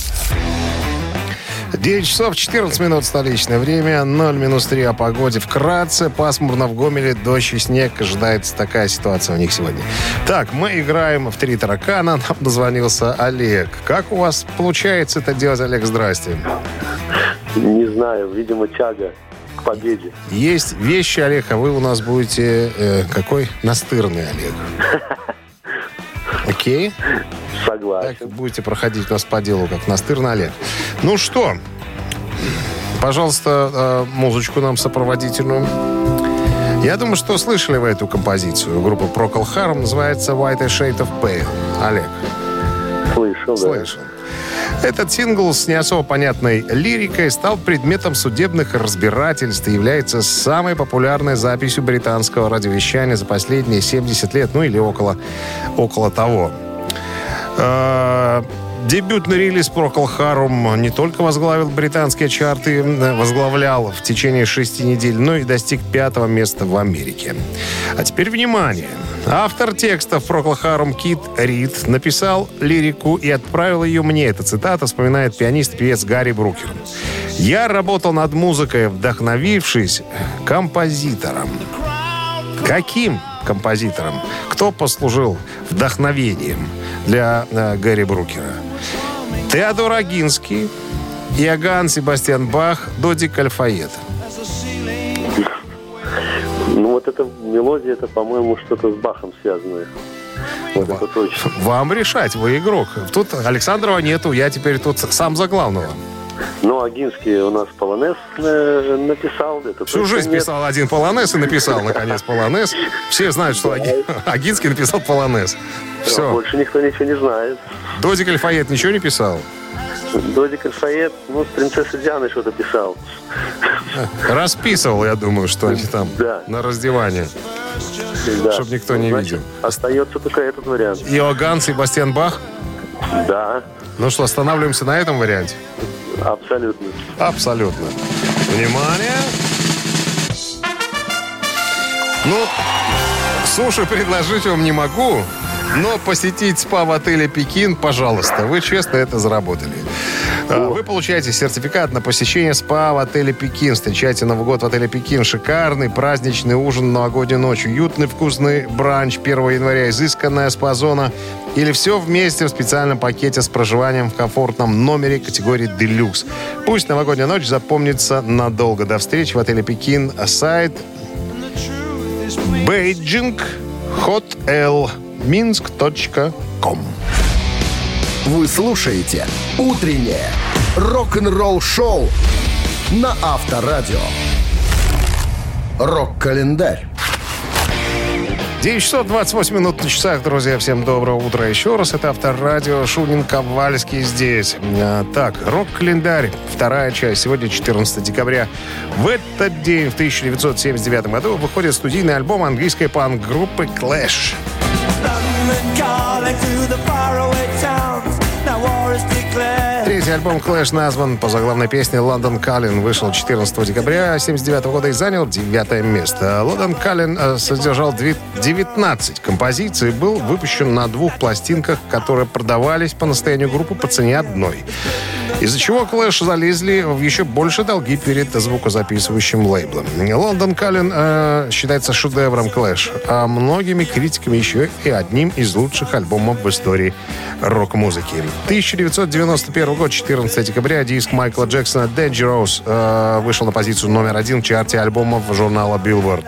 девять часов четырнадцать минут столичное время, ноль минус три о погоде. Вкратце, пасмурно в Гомеле, дождь и снег. Ожидается такая ситуация у них сегодня. Так, мы играем в «Три таракана». Нам дозвонился Олег. Как у вас получается это делать, Олег? Здрасте. Не знаю, видимо, тяга к победе. Есть вещи, Олег, а вы у нас будете э, какой? Настырный Олег. Окей? Согласен. Так будете проходить у нас по делу, как настырный Олег. Ну что, пожалуйста, музычку нам сопроводительную. Я думаю, что слышали вы эту композицию. Группа Procol Harum, называется White Shade of Pale. Олег? Слышал, да. Слышал. Этот сингл с не особо понятной лирикой стал предметом судебных разбирательств и является самой популярной записью британского радиовещания за последние семьдесят лет, ну или около, около того. Дебютный релиз Procol Harum не только возглавил британские чарты, возглавлял в течение шести недель, но и достиг пятого места в Америке. А теперь внимание! Автор текстов Procol Harum Кит Рид написал лирику и отправил ее мне. Эта цитата вспоминает пианист и певец Гарри Брукер. «Я работал над музыкой, вдохновившись композитором». Каким композитором? Кто послужил вдохновением для э, Гарри Брукера? Теодор Агинский, Иоганн Себастьян Бах, Додик Альфаед. Ну, вот эта мелодия, это, по-моему, что-то с Бахом связанное. Вот это точно. Вам решать, вы игрок. Тут Александрова нету, я теперь тут сам за главного. Ну, Агинский у нас полонез э, написал. Это Всю точно жизнь нет. писал один полонез и написал, наконец, полонез. Все знают, что Аги- Агинский написал полонез. А Все. больше никто ничего не знает. Додик Альфает ничего не писал? Додик Альфает, ну, с принцессой Дианой что-то писал. Расписывал, я думаю, что они там Да. на раздевание. Да. Чтоб никто не Значит, видел. остается только этот вариант. Иоганн Себастьян Бах. Да, Ну что, останавливаемся на этом варианте? абсолютно. Абсолютно. Внимание. Ну, суши предложить вам не могу, но посетить спа в отеле «Пекин», пожалуйста. Вы честно это заработали. А, Вы получаете сертификат на посещение спа в отеле «Пекин». Встречайте Новый год в отеле «Пекин». Шикарный праздничный ужин новогоднюю ночь. Уютный вкусный бранч первого января. Изысканная спа-зона. Или все вместе в специальном пакете с проживанием в комфортном номере категории «Делюкс». Пусть новогодняя ночь запомнится надолго. До встречи в отеле «Пекин». Сайт бейджинг хотел минск точка ком. Вы слушаете «Утреннее рок-н-ролл-шоу» на Авторадио. Рок-календарь. девять часов двадцать восемь минут на часах, друзья. Всем доброго утра еще раз. Это Авторадио. Шунин, Ковальский здесь. А, так, рок-календарь. Вторая часть. Сегодня четырнадцатое декабря. В этот день, в тысяча девятьсот семьдесят девятом году, выходит студийный альбом английской панк-группы Clash. Третий альбом Clash назван по заглавной песне «London Calling». Вышел четырнадцатого декабря семьдесят девятого года и занял девятое место. «London Calling» содержал девятнадцать композиций и был выпущен на двух пластинках, которые продавались по настоянию группы по цене одной. Из-за чего Clash залезли в еще больше долги перед звукозаписывающим лейблом. «London Calling» э, считается шедевром Clash, а многими критиками еще и одним из лучших альбомов в истории рок-музыки. тысяча девятьсот девяносто первый год, четырнадцатого декабря, диск Майкла Джексона «Dangerous» э, вышел на позицию номер один в чарте альбомов журнала Billboard.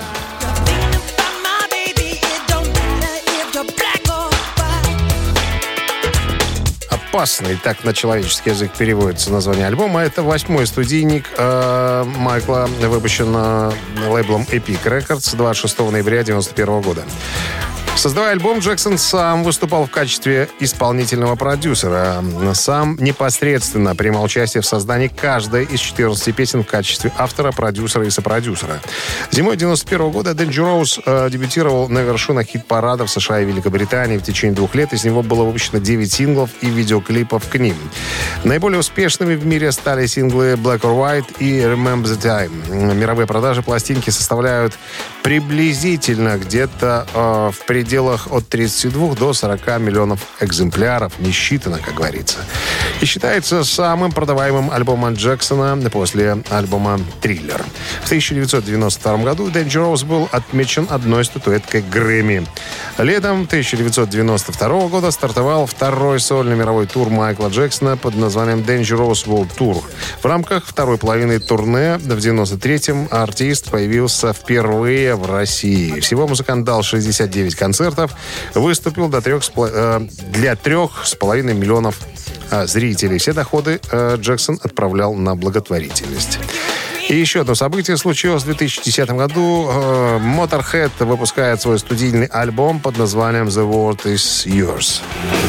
«Опасный», так на человеческий язык переводится название альбома. Это восьмой студийник э, Майкла, выпущен э, лейблом Epic Records двадцать шестого ноября девяносто первого года. Создавая альбом, Джексон сам выступал в качестве исполнительного продюсера. Сам непосредственно принимал участие в создании каждой из четырнадцати песен в качестве автора, продюсера и сопродюсера. Зимой девяносто первого года Dangerous э, дебютировал на вершинах хит-парадов США и Великобритании. В течение двух лет из него было выпущено девять синглов и видеоклипов к ним. Наиболее успешными в мире стали синглы Black or White и Remember the Time. Мировые продажи пластинки составляют приблизительно где-то э, в пределах от тридцати двух до сорока миллионов экземпляров, не считано, как говорится. И считается самым продаваемым альбомом Джексона после альбома «Триллер». В тысяча девятьсот девяносто втором году Dangerous был отмечен одной статуэткой Грэмми. Летом тысяча девятьсот девяносто второго года стартовал второй сольный мировой тур Майкла Джексона под названием Dangerous World Tour. В рамках второй половины турне в девяносто третьем артист появился впервые в России. Всего музыкант дал шестьдесят девять концертов, выступил до трех, э, для трех с половиной миллионов э, зрителей. Все доходы э, Джексон отправлял на благотворительность. И еще одно событие случилось в две тысячи десятом году. Э, Motorhead выпускает свой студийный альбом под названием «The World Is Yours».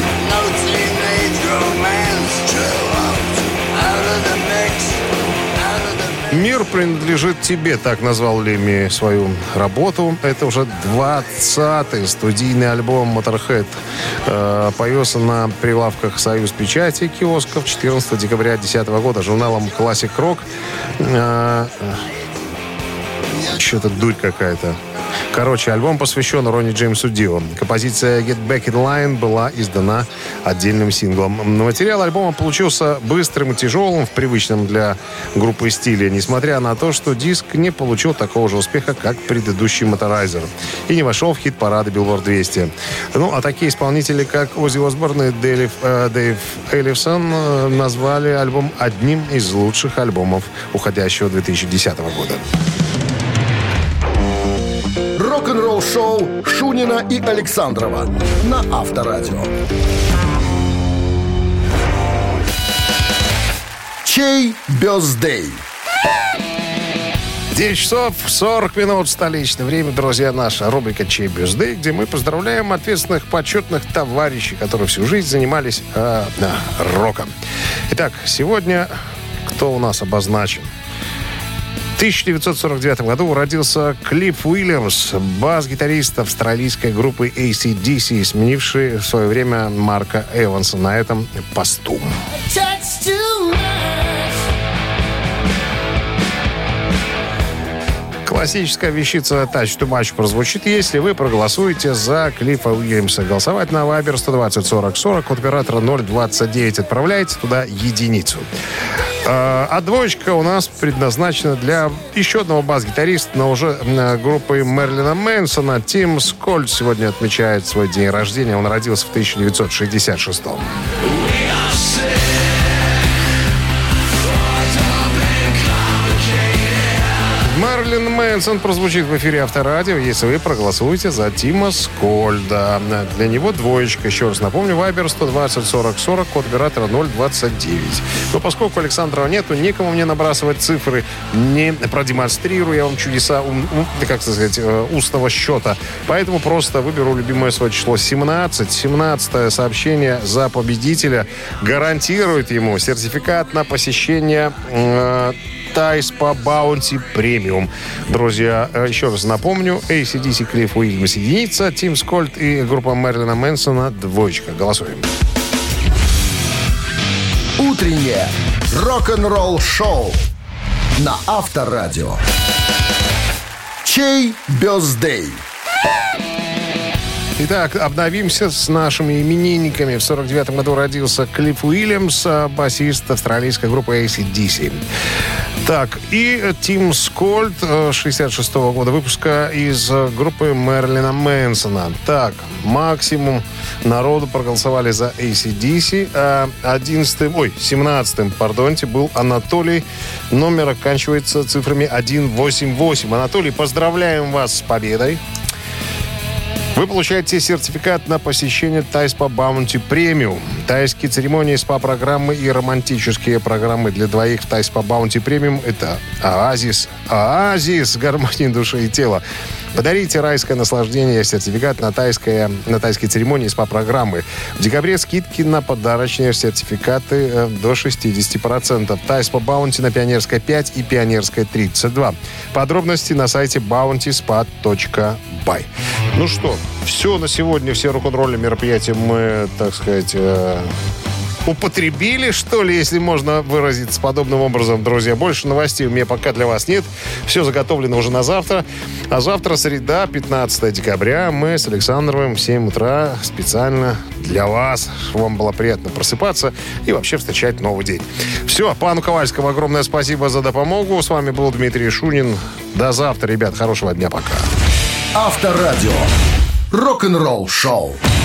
«Мир принадлежит тебе», так назвал Лемми свою работу. Это уже двадцатый студийный альбом Motorhead. Э, появился на прилавках «Союз Печати» киосков четырнадцатого декабря две тысячи десятого года журналом Classic Rock. Э, Что-то дурь какая-то. Короче, альбом посвящен Ронни Джеймсу Дио. Композиция «Get Back in Line» была издана отдельным синглом. Материал альбома получился быстрым и тяжелым в привычном для группы стиле, несмотря на то, что диск не получил такого же успеха, как предыдущий «Motorizer» и не вошел в хит-парады Billboard двести. Ну, а такие исполнители, как Оззи Осборн и Дэйв, э, Дэйв Эллифсон, э, назвали альбом одним из лучших альбомов уходящего две тысячи десятого года. Рок-н-ролл-шоу Шунина и Александрова на Авторадио. Чей бездей? девять часов сорок минут столичное время, друзья. Наша рубрика «Чей бюзды», где мы поздравляем ответственных, почетных товарищей, которые всю жизнь занимались э, э, роком. Итак, сегодня кто у нас обозначен? В тысяча девятьсот сорок девятом году родился Клифф Уильямс, бас-гитарист австралийской группы эй си ди си, сменивший в свое время Марка Эванса на этом посту. Классическая вещица «Touch to Match» прозвучит, если вы проголосуете за Клиффа Уильямса. Голосовать на Viber сто двадцать сорок сорок, от оператора ноль двадцать девять. Отправляйте туда единицу. А двоечка у нас предназначена для еще одного бас-гитариста, но уже группы Мэрилина Мэнсона. Тим Скольд сегодня отмечает свой день рождения. Он родился в тысяча девятьсот шестьдесят шестом. Мэрилин Мэнсон прозвучит в эфире Авторадио, если вы проголосуете за Тима Скольда. Для него двоечка. Еще раз напомню, Viber сто двадцать сорок сорок, код оператора ноль двадцать девять. Но поскольку Александрова нету, некому мне набрасывать цифры, не продемонстрирую я вам чудеса, как сказать, устного счета. Поэтому просто выберу любимое свое число семнадцать. семнадцатое сообщение за победителя гарантирует ему сертификат на посещение э, Тайс по Баунти Премиум. Друзья, еще раз напомню, эй си ди си, Клифф Уильямс единица, Тим Скольд и группа Мэрилина Мэнсона двоечка. Голосуем. Утреннее рок-н-ролл-шоу на Авторадио. Чей бездей? Итак, обновимся с нашими именинниками. В сорок девятом году родился Клифф Уильямс, басист австралийской группы эй си ди си. Так, и Тим Скольд, шестьдесят шестого года выпуска, из группы Мэрилина Мэнсона. Так, максимум народу проголосовали за эй си ди си. А одиннадцатым, ой, семнадцатым, пардонте, был Анатолий. Номер оканчивается цифрами сто восемьдесят восемь. Анатолий, поздравляем вас с победой. Вы получаете сертификат на посещение Тайс по Баунти Премиум. Тайские церемонии, СПА-программы и романтические программы для двоих в Тайс по Баунти Премиум – это оазис. Оазис гармонии души и тела. Подарите райское наслаждение, сертификат на, тайское, на тайские церемонии, СПА-программы. В декабре скидки на подарочные сертификаты э, до шестьдесят процентов. Тайс по Баунти на Пионерской пять и Пионерской тридцать два. Подробности на сайте баунти спа точка бай. Ну что, все на сегодня, все рок-н-ролльные мероприятия мы, так сказать, э, употребили, что ли, если можно выразиться подобным образом, друзья. Больше новостей у меня пока для вас нет. Все заготовлено уже на завтра. А завтра, среда, пятнадцатого декабря, мы с Александровым в семь утра специально для вас, чтобы вам было приятно просыпаться и вообще встречать новый день. Все, пану Ковальскому огромное спасибо за допомогу. С вами был Дмитрий Шунин. До завтра, ребят. Хорошего дня. Пока. Авторадио. Рок-н-ролл шоу.